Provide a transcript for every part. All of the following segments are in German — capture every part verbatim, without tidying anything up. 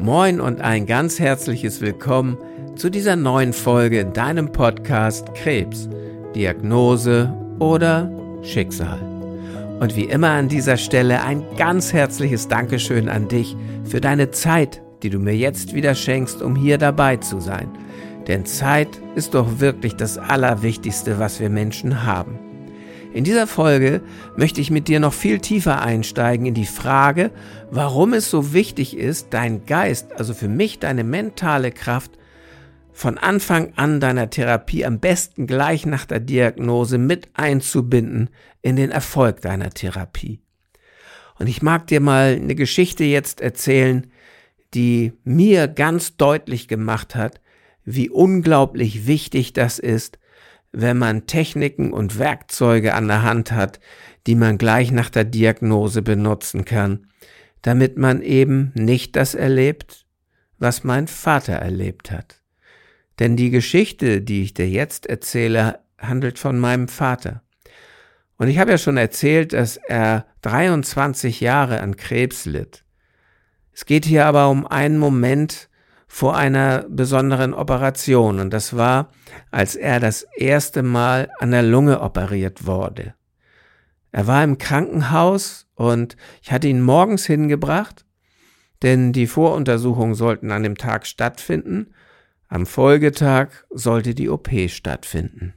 Moin und ein ganz herzliches Willkommen zu dieser neuen Folge in deinem Podcast Krebs, Diagnose oder Schicksal. Und wie immer an dieser Stelle ein ganz herzliches Dankeschön an dich für deine Zeit, die du mir jetzt wieder schenkst, um hier dabei zu sein. Denn Zeit ist doch wirklich das Allerwichtigste, was wir Menschen haben. In dieser Folge möchte ich mit dir noch viel tiefer einsteigen in die Frage, warum es so wichtig ist, dein Geist, also für mich deine mentale Kraft, von Anfang an deiner Therapie am besten gleich nach der Diagnose mit einzubinden in den Erfolg deiner Therapie. Und ich mag dir mal eine Geschichte jetzt erzählen, die mir ganz deutlich gemacht hat, wie unglaublich wichtig das ist, wenn man Techniken und Werkzeuge an der Hand hat, die man gleich nach der Diagnose benutzen kann, damit man eben nicht das erlebt, was mein Vater erlebt hat. Denn die Geschichte, die ich dir jetzt erzähle, handelt von meinem Vater. Und ich habe ja schon erzählt, dass er dreiundzwanzig Jahre an Krebs litt. Es geht hier aber um einen Moment vor einer besonderen Operation, und das war, als er das erste Mal an der Lunge operiert wurde. Er war im Krankenhaus und ich hatte ihn morgens hingebracht, denn die Voruntersuchungen sollten an dem Tag stattfinden. Am Folgetag sollte die O P stattfinden.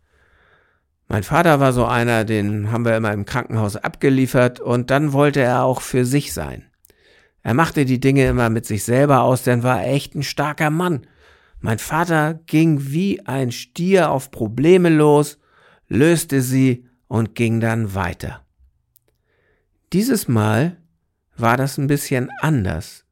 Mein Vater war so einer, den haben wir immer im Krankenhaus abgeliefert, und dann wollte er auch für sich sein. Er machte die Dinge immer mit sich selber aus, denn war echt ein starker Mann. Mein Vater ging wie ein Stier auf Probleme los, löste sie und ging dann weiter. Dieses Mal war das ein bisschen anders.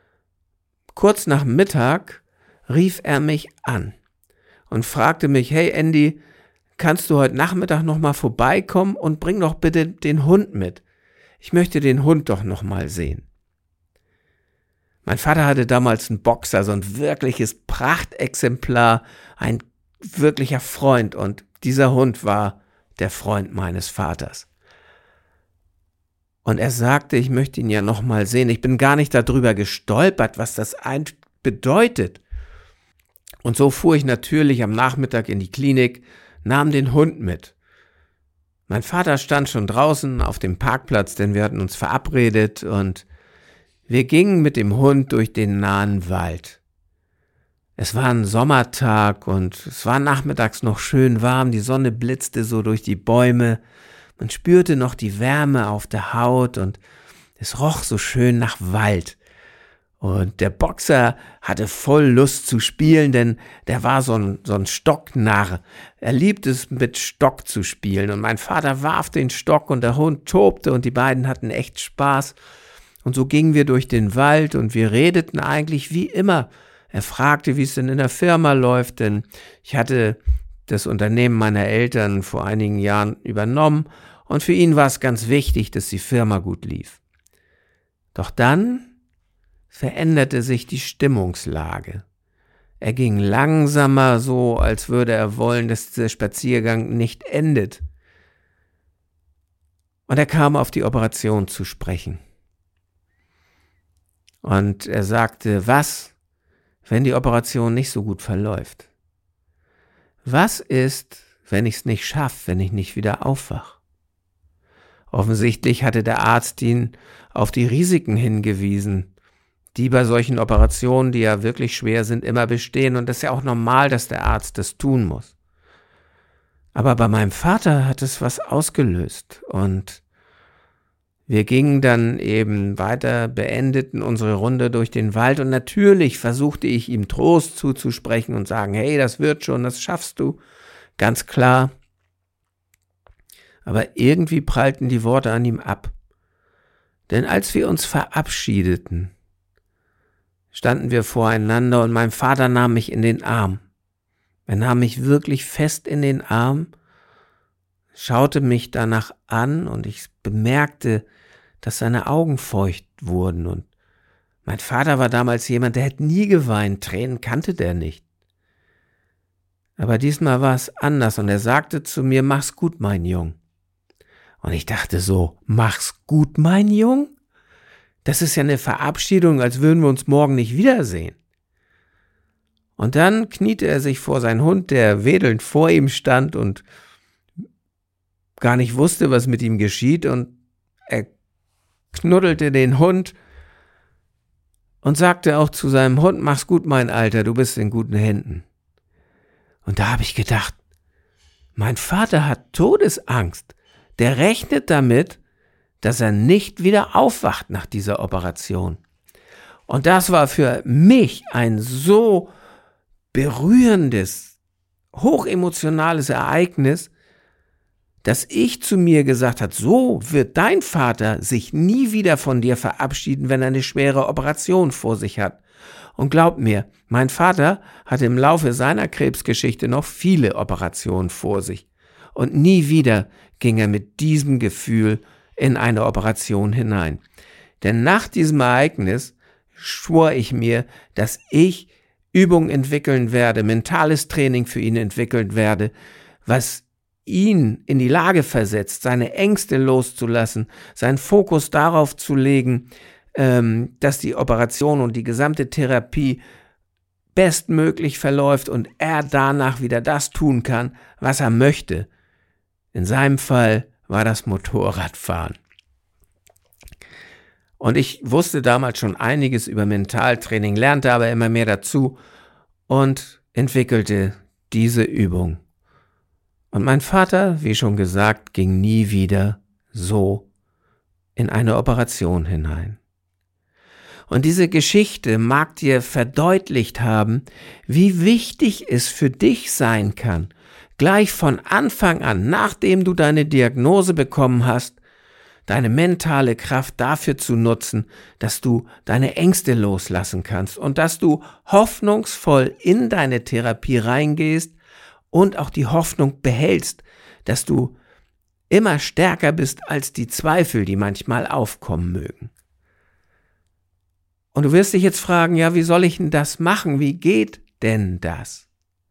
Kurz nach Mittag rief er mich an und fragte mich, hey Andy, kannst du heute Nachmittag noch mal vorbeikommen und bring doch bitte den Hund mit. Ich möchte den Hund doch noch mal sehen. Mein Vater hatte damals einen Boxer, so ein wirkliches Prachtexemplar, ein wirklicher Freund, und dieser Hund war der Freund meines Vaters. Und er sagte, ich möchte ihn ja noch mal sehen. Ich bin gar nicht darüber gestolpert, was das bedeutet. Und so fuhr ich natürlich am Nachmittag in die Klinik, nahm den Hund mit. Mein Vater stand schon draußen auf dem Parkplatz, denn wir hatten uns verabredet, und wir gingen mit dem Hund durch den nahen Wald. Es war ein Sommertag und es war nachmittags noch schön warm, die Sonne blitzte so durch die Bäume, man spürte noch die Wärme auf der Haut und es roch so schön nach Wald. Und der Boxer hatte voll Lust zu spielen, denn der war so ein, so ein Stocknarr. Er liebte es, mit Stock zu spielen, und mein Vater warf den Stock und der Hund tobte und die beiden hatten echt Spaß. Und so gingen wir durch den Wald und wir redeten eigentlich wie immer. Er fragte, wie es denn in der Firma läuft, denn ich hatte das Unternehmen meiner Eltern vor einigen Jahren übernommen und für ihn war es ganz wichtig, dass die Firma gut lief. Doch dann veränderte sich die Stimmungslage. Er ging langsamer, so als würde er wollen, dass dieser Spaziergang nicht endet. Und er kam auf die Operation zu sprechen. Und er sagte, was, wenn die Operation nicht so gut verläuft? Was ist, wenn ich es nicht schaffe, wenn ich nicht wieder aufwache? Offensichtlich hatte der Arzt ihn auf die Risiken hingewiesen, die bei solchen Operationen, die ja wirklich schwer sind, immer bestehen. Und das ist ja auch normal, dass der Arzt das tun muss. Aber bei meinem Vater hat es was ausgelöst, und wir gingen dann eben weiter, beendeten unsere Runde durch den Wald, und natürlich versuchte ich ihm Trost zuzusprechen und sagen, hey, das wird schon, das schaffst du, ganz klar. Aber irgendwie prallten die Worte an ihm ab. Denn als wir uns verabschiedeten, standen wir voreinander und mein Vater nahm mich in den Arm. Er nahm mich wirklich fest in den Arm, schaute mich danach an und ich bemerkte, dass seine Augen feucht wurden, und mein Vater war damals jemand, der hätte nie geweint, Tränen kannte der nicht. Aber diesmal war es anders und er sagte zu mir, mach's gut, mein Jung. Und ich dachte so, mach's gut, mein Jung? Das ist ja eine Verabschiedung, als würden wir uns morgen nicht wiedersehen. Und dann kniete er sich vor seinen Hund, der wedelnd vor ihm stand und gar nicht wusste, was mit ihm geschieht, und er knuddelte den Hund und sagte auch zu seinem Hund: Mach's gut, mein Alter, du bist in guten Händen. Und da habe ich gedacht, mein Vater hat Todesangst. Der rechnet damit, dass er nicht wieder aufwacht nach dieser Operation. Und das war für mich ein so berührendes, hochemotionales Ereignis, dass ich zu mir gesagt habe, so wird dein Vater sich nie wieder von dir verabschieden, wenn er eine schwere Operation vor sich hat. Und glaub mir, mein Vater hatte im Laufe seiner Krebsgeschichte noch viele Operationen vor sich. Und nie wieder ging er mit diesem Gefühl in eine Operation hinein. Denn nach diesem Ereignis schwor ich mir, dass ich Übungen entwickeln werde, mentales Training für ihn entwickeln werde, was ihn in die Lage versetzt, seine Ängste loszulassen, seinen Fokus darauf zu legen, ähm, dass die Operation und die gesamte Therapie bestmöglich verläuft und er danach wieder das tun kann, was er möchte. In seinem Fall war das Motorradfahren. Und ich wusste damals schon einiges über Mentaltraining, lernte aber immer mehr dazu und entwickelte diese Übung. Und mein Vater, wie schon gesagt, ging nie wieder so in eine Operation hinein. Und diese Geschichte mag dir verdeutlicht haben, wie wichtig es für dich sein kann, gleich von Anfang an, nachdem du deine Diagnose bekommen hast, deine mentale Kraft dafür zu nutzen, dass du deine Ängste loslassen kannst und dass du hoffnungsvoll in deine Therapie reingehst und auch die Hoffnung behältst, dass du immer stärker bist als die Zweifel, die manchmal aufkommen mögen. Und du wirst dich jetzt fragen, ja, wie soll ich denn das machen? Wie geht denn das?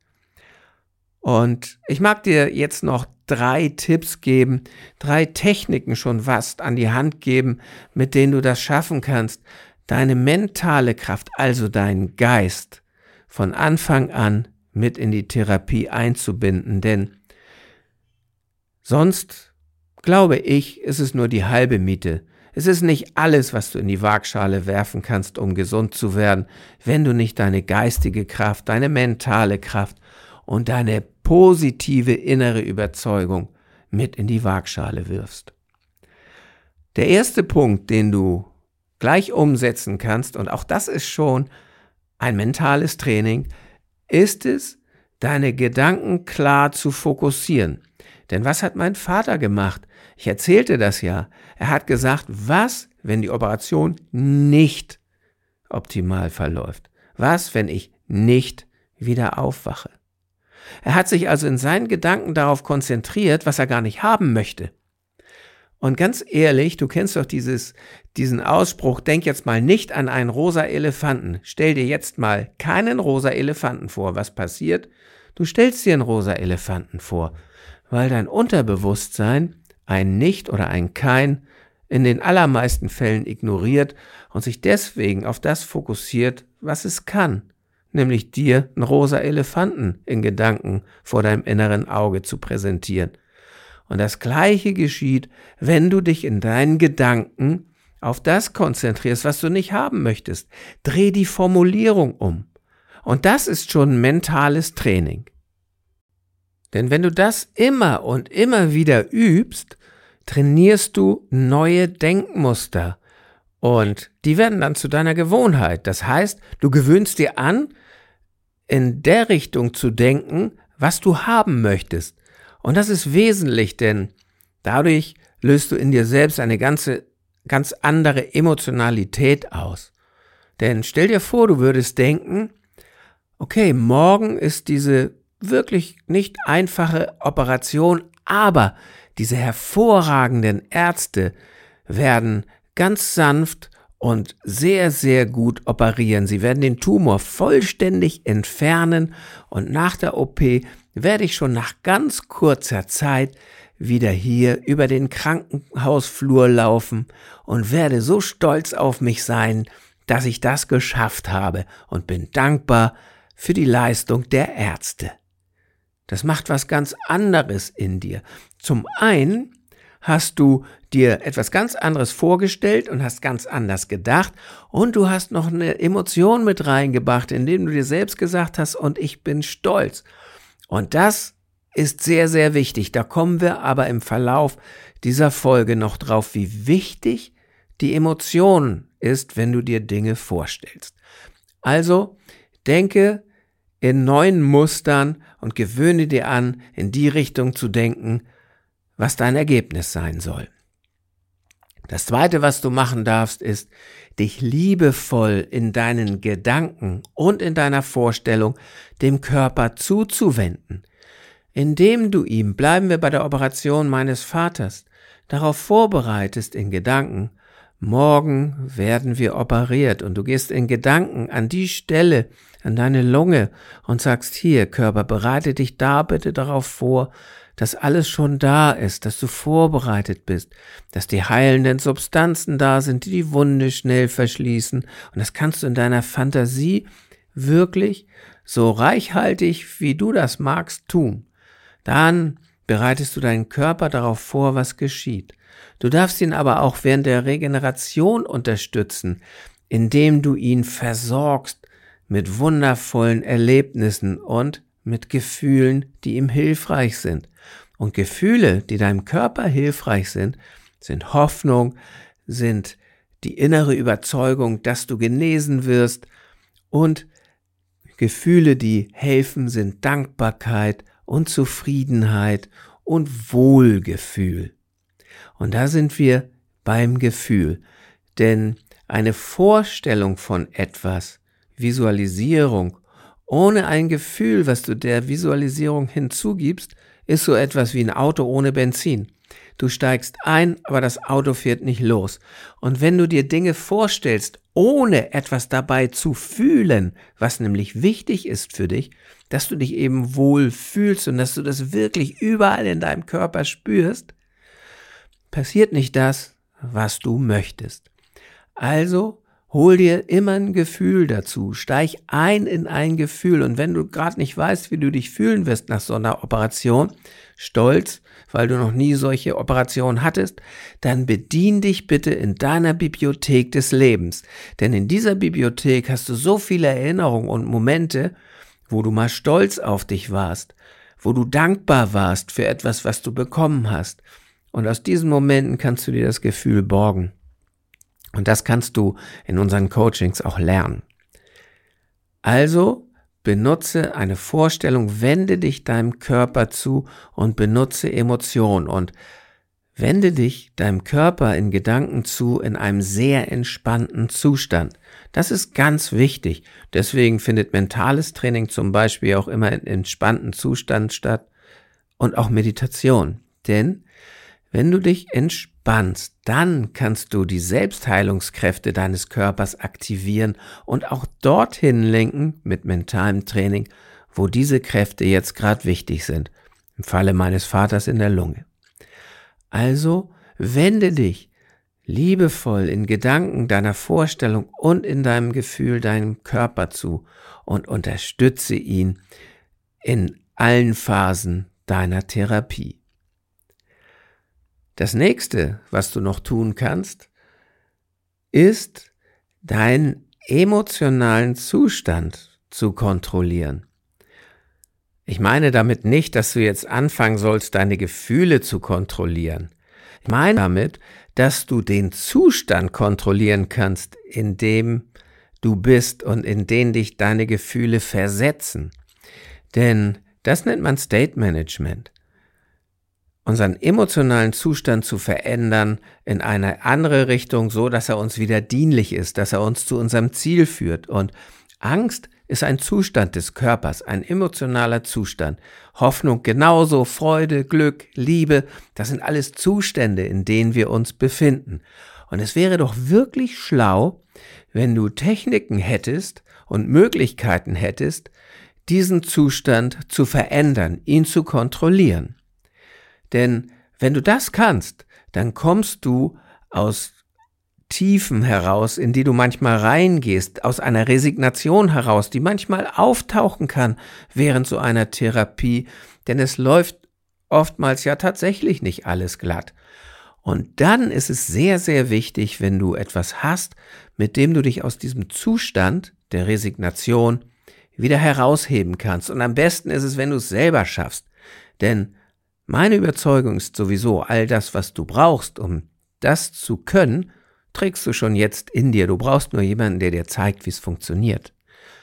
Und ich mag dir jetzt noch drei Tipps geben, drei Techniken schon fast an die Hand geben, mit denen du das schaffen kannst, deine mentale Kraft, also deinen Geist, von Anfang an mit in die Therapie einzubinden, denn sonst, glaube ich, ist es nur die halbe Miete. Es ist nicht alles, was du in die Waagschale werfen kannst, um gesund zu werden, wenn du nicht deine geistige Kraft, deine mentale Kraft und deine positive innere Überzeugung mit in die Waagschale wirfst. Der erste Punkt, den du gleich umsetzen kannst, und auch das ist schon ein mentales Training, ist es, deine Gedanken klar zu fokussieren. Denn was hat mein Vater gemacht? Ich erzählte das ja. Er hat gesagt, was, wenn die Operation nicht optimal verläuft? Was, wenn ich nicht wieder aufwache? Er hat sich also in seinen Gedanken darauf konzentriert, was er gar nicht haben möchte. Und ganz ehrlich, du kennst doch dieses, diesen Ausspruch, denk jetzt mal nicht an einen rosa Elefanten. Stell dir jetzt mal keinen rosa Elefanten vor. Was passiert? Du stellst dir einen rosa Elefanten vor, weil dein Unterbewusstsein ein Nicht oder ein Kein in den allermeisten Fällen ignoriert und sich deswegen auf das fokussiert, was es kann, nämlich dir einen rosa Elefanten in Gedanken vor deinem inneren Auge zu präsentieren. Und das Gleiche geschieht, wenn du dich in deinen Gedanken auf das konzentrierst, was du nicht haben möchtest. Dreh die Formulierung um. Und das ist schon mentales Training. Denn wenn du das immer und immer wieder übst, trainierst du neue Denkmuster. Und die werden dann zu deiner Gewohnheit. Das heißt, du gewöhnst dir an, in der Richtung zu denken, was du haben möchtest. Und das ist wesentlich, denn dadurch löst du in dir selbst eine ganze, ganz andere Emotionalität aus. Denn stell dir vor, du würdest denken, okay, morgen ist diese wirklich nicht einfache Operation, aber diese hervorragenden Ärzte werden ganz sanft und sehr, sehr gut operieren. Sie werden den Tumor vollständig entfernen und nach der O P werde ich schon nach ganz kurzer Zeit wieder hier über den Krankenhausflur laufen und werde so stolz auf mich sein, dass ich das geschafft habe und bin dankbar für die Leistung der Ärzte. Das macht was ganz anderes in dir. Zum einen hast du dir etwas ganz anderes vorgestellt und hast ganz anders gedacht und du hast noch eine Emotion mit reingebracht, indem du dir selbst gesagt hast, und ich bin stolz. Und das ist sehr, sehr wichtig. Da kommen wir aber im Verlauf dieser Folge noch drauf, wie wichtig die Emotion ist, wenn du dir Dinge vorstellst. Also denke in neuen Mustern und gewöhne dir an, in die Richtung zu denken, was dein Ergebnis sein soll. Das Zweite, was du machen darfst, ist, dich liebevoll in deinen Gedanken und in deiner Vorstellung dem Körper zuzuwenden, indem du ihm, bleiben wir bei der Operation meines Vaters, darauf vorbereitest in Gedanken, morgen werden wir operiert, und du gehst in Gedanken an die Stelle, an deine Lunge und sagst, hier Körper, bereite dich da bitte darauf vor, dass alles schon da ist, dass du vorbereitet bist, dass die heilenden Substanzen da sind, die die Wunde schnell verschließen, und das kannst du in deiner Fantasie wirklich so reichhaltig, wie du das magst, tun. Dann bereitest du deinen Körper darauf vor, was geschieht. Du darfst ihn aber auch während der Regeneration unterstützen, indem du ihn versorgst mit wundervollen Erlebnissen und mit Gefühlen, die ihm hilfreich sind. Und Gefühle, die deinem Körper hilfreich sind, sind Hoffnung, sind die innere Überzeugung, dass du genesen wirst, und Gefühle, die helfen, sind Dankbarkeit und Zufriedenheit und Wohlgefühl. Und da sind wir beim Gefühl, denn eine Vorstellung von etwas, Visualisierung, ohne ein Gefühl, was du der Visualisierung hinzugibst, ist so etwas wie ein Auto ohne Benzin. Du steigst ein, aber das Auto fährt nicht los. Und wenn du dir Dinge vorstellst, ohne etwas dabei zu fühlen, was nämlich wichtig ist für dich, dass du dich eben wohl fühlst und dass du das wirklich überall in deinem Körper spürst, passiert nicht das, was du möchtest. Also hol dir immer ein Gefühl dazu, steig ein in ein Gefühl, und wenn du gerade nicht weißt, wie du dich fühlen wirst nach so einer Operation, stolz, weil du noch nie solche Operationen hattest, dann bedien dich bitte in deiner Bibliothek des Lebens, denn in dieser Bibliothek hast du so viele Erinnerungen und Momente, wo du mal stolz auf dich warst, wo du dankbar warst für etwas, was du bekommen hast, und aus diesen Momenten kannst du dir das Gefühl borgen. Und das kannst du in unseren Coachings auch lernen. Also benutze eine Vorstellung, wende dich deinem Körper zu und benutze Emotionen und wende dich deinem Körper in Gedanken zu in einem sehr entspannten Zustand. Das ist ganz wichtig. Deswegen findet mentales Training zum Beispiel auch immer in entspannten Zustand statt und auch Meditation. Denn wenn du dich entspannst, dann kannst du die Selbstheilungskräfte deines Körpers aktivieren und auch dorthin lenken mit mentalem Training, wo diese Kräfte jetzt gerade wichtig sind. Im Falle meines Vaters in der Lunge. Also wende dich liebevoll in Gedanken deiner Vorstellung und in deinem Gefühl deinem Körper zu und unterstütze ihn in allen Phasen deiner Therapie. Das nächste, was du noch tun kannst, ist, deinen emotionalen Zustand zu kontrollieren. Ich meine damit nicht, dass du jetzt anfangen sollst, deine Gefühle zu kontrollieren. Ich meine damit, dass du den Zustand kontrollieren kannst, in dem du bist und in den dich deine Gefühle versetzen. Denn das nennt man State Management. Unseren emotionalen Zustand zu verändern in eine andere Richtung, so dass er uns wieder dienlich ist, dass er uns zu unserem Ziel führt. Und Angst ist ein Zustand des Körpers, ein emotionaler Zustand. Hoffnung genauso, Freude, Glück, Liebe, das sind alles Zustände, in denen wir uns befinden. Und es wäre doch wirklich schlau, wenn du Techniken hättest und Möglichkeiten hättest, diesen Zustand zu verändern, ihn zu kontrollieren. Denn Wenn du das kannst, dann kommst du aus Tiefen heraus, in die du manchmal reingehst, aus einer Resignation heraus, die manchmal auftauchen kann während so einer Therapie, denn es läuft oftmals ja tatsächlich nicht alles glatt. Und dann ist es sehr, sehr wichtig, wenn du etwas hast, mit dem du dich aus diesem Zustand der Resignation wieder herausheben kannst. Und am besten ist es, wenn du es selber schaffst. Denn meine Überzeugung ist sowieso, all das, was du brauchst, um das zu können, trägst du schon jetzt in dir. Du brauchst nur jemanden, der dir zeigt, wie es funktioniert.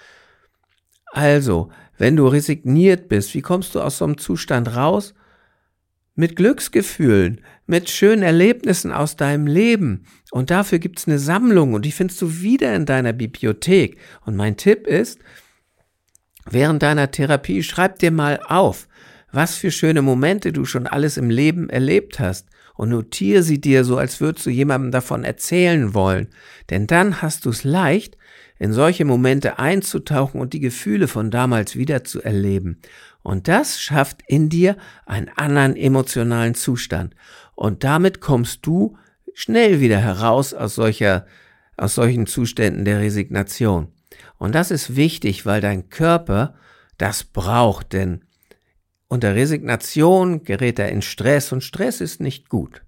Also, wenn du resigniert bist, wie kommst du aus so einem Zustand raus? Mit Glücksgefühlen, mit schönen Erlebnissen aus deinem Leben. Und dafür gibt's eine Sammlung und die findest du wieder in deiner Bibliothek. Und mein Tipp ist, während deiner Therapie schreib dir mal auf, was für schöne Momente du schon alles im Leben erlebt hast. Und notiere sie dir so, als würdest du jemandem davon erzählen wollen. Denn dann hast du es leicht, in solche Momente einzutauchen und die Gefühle von damals wieder zu erleben. Und das schafft in dir einen anderen emotionalen Zustand. Und damit kommst du schnell wieder heraus aus solcher, aus solchen Zuständen der Resignation. Und das ist wichtig, weil dein Körper das braucht, denn unter Resignation gerät er in Stress und Stress ist nicht gut.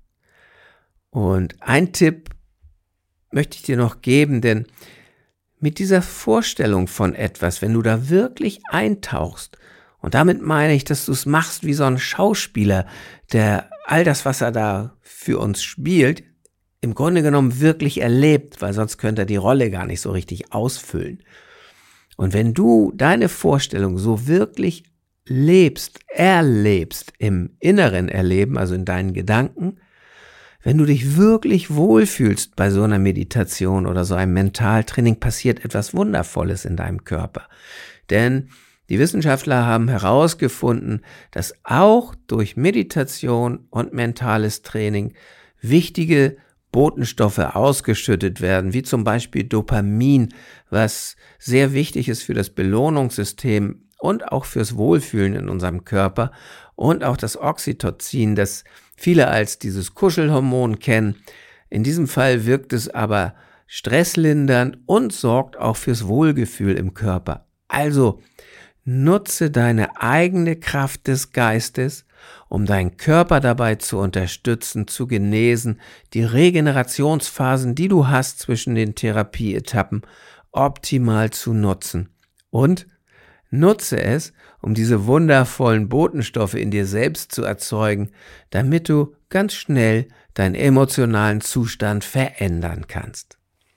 Und ein Tipp möchte ich dir noch geben, denn mit dieser Vorstellung von etwas, wenn du da wirklich eintauchst, und damit meine ich, dass du es machst wie so ein Schauspieler, der all das, was er da für uns spielt, im Grunde genommen wirklich erlebt, weil sonst könnte er die Rolle gar nicht so richtig ausfüllen. Und wenn du deine Vorstellung so wirklich lebst, erlebst, im inneren Erleben, also in deinen Gedanken, wenn du dich wirklich wohlfühlst bei so einer Meditation oder so einem Mentaltraining, passiert etwas Wundervolles in deinem Körper. Denn die Wissenschaftler haben herausgefunden, dass auch durch Meditation und mentales Training wichtige Botenstoffe ausgeschüttet werden, wie zum Beispiel Dopamin, was sehr wichtig ist für das Belohnungssystem und auch fürs Wohlfühlen in unserem Körper, und auch das Oxytocin, das viele als dieses Kuschelhormon kennen. In diesem Fall wirkt es aber stresslindernd und sorgt auch fürs Wohlgefühl im Körper. Also nutze deine eigene Kraft des Geistes, um deinen Körper dabei zu unterstützen, zu genesen, die Regenerationsphasen, die du hast zwischen den Therapieetappen, optimal zu nutzen. Und nutze es, um diese wundervollen Botenstoffe in dir selbst zu erzeugen, damit du ganz schnell deinen emotionalen Zustand verändern kannst.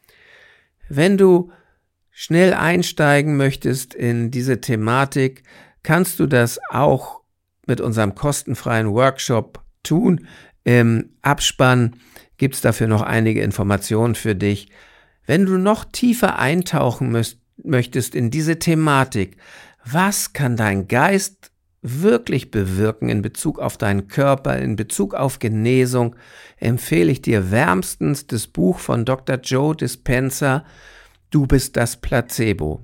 Wenn du schnell einsteigen möchtest in diese Thematik, kannst du das auch mit unserem kostenfreien Workshop tun. Im Abspann gibt es dafür noch einige Informationen für dich. Wenn du noch tiefer eintauchen müsst, möchtest in diese Thematik, was kann dein Geist wirklich bewirken in Bezug auf deinen Körper, in Bezug auf Genesung, empfehle ich dir wärmstens das Buch von Doktor Joe Dispenza, Du bist das Placebo.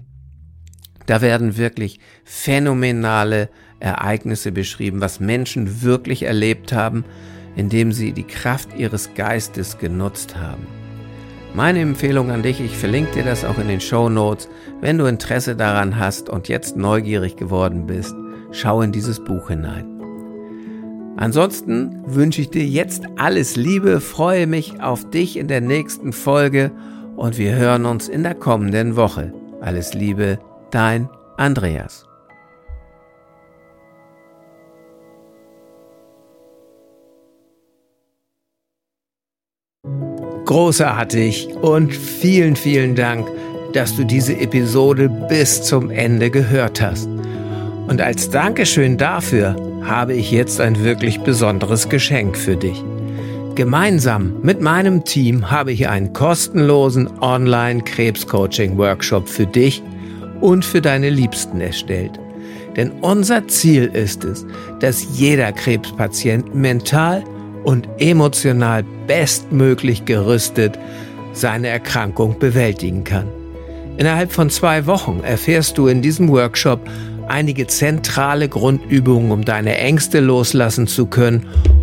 Da werden wirklich phänomenale Ereignisse beschrieben, was Menschen wirklich erlebt haben, indem sie die Kraft ihres Geistes genutzt haben. Meine Empfehlung an dich, ich verlinke dir das auch in den Shownotes, wenn du Interesse daran hast und jetzt neugierig geworden bist, schau in dieses Buch hinein. Ansonsten wünsche ich dir jetzt alles Liebe, freue mich auf dich in der nächsten Folge und wir hören uns in der kommenden Woche. Alles Liebe, dein Andreas. Großartig und vielen, vielen Dank, dass du diese Episode bis zum Ende gehört hast. Und als Dankeschön dafür habe ich jetzt ein wirklich besonderes Geschenk für dich. Gemeinsam mit meinem Team habe ich einen kostenlosen Online-Krebs-Coaching-Workshop für dich und für deine Liebsten erstellt. Denn unser Ziel ist es, dass jeder Krebspatient mental und emotional bestmöglich gerüstet seine Erkrankung bewältigen kann. Innerhalb von zwei Wochen erfährst du in diesem Workshop einige zentrale Grundübungen, um deine Ängste loslassen zu können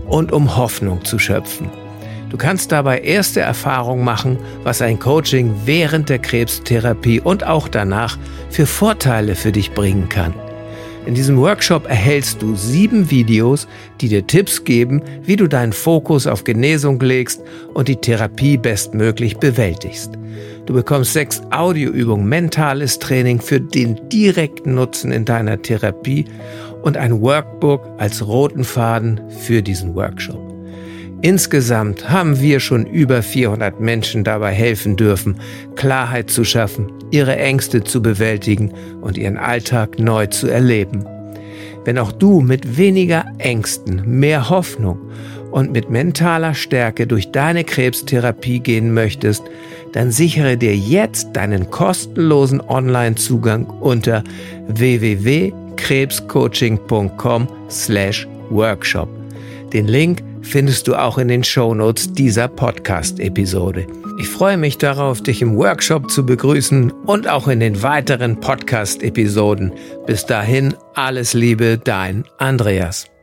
und um Hoffnung zu schöpfen. Du kannst dabei erste Erfahrungen machen, was ein Coaching während der Krebstherapie und auch danach für Vorteile für dich bringen kann. In diesem Workshop erhältst du sieben Videos, die dir Tipps geben, wie du deinen Fokus auf Genesung legst und die Therapie bestmöglich bewältigst. Du bekommst sechs Audioübungen, mentales Training für den direkten Nutzen in deiner Therapie und ein Workbook als roten Faden für diesen Workshop. Insgesamt haben wir schon über vierhundert Menschen dabei helfen dürfen, Klarheit zu schaffen, ihre Ängste zu bewältigen und ihren Alltag neu zu erleben. Wenn auch du mit weniger Ängsten, mehr Hoffnung und mit mentaler Stärke durch deine Krebstherapie gehen möchtest, dann sichere dir jetzt deinen kostenlosen Online-Zugang unter w w w punkt krebscoaching punkt com slash workshop. Den Link findest du auch in den Shownotes dieser Podcast-Episode. Ich freue mich darauf, dich im Workshop zu begrüßen und auch in den weiteren Podcast-Episoden. Bis dahin, alles Liebe, dein Andreas.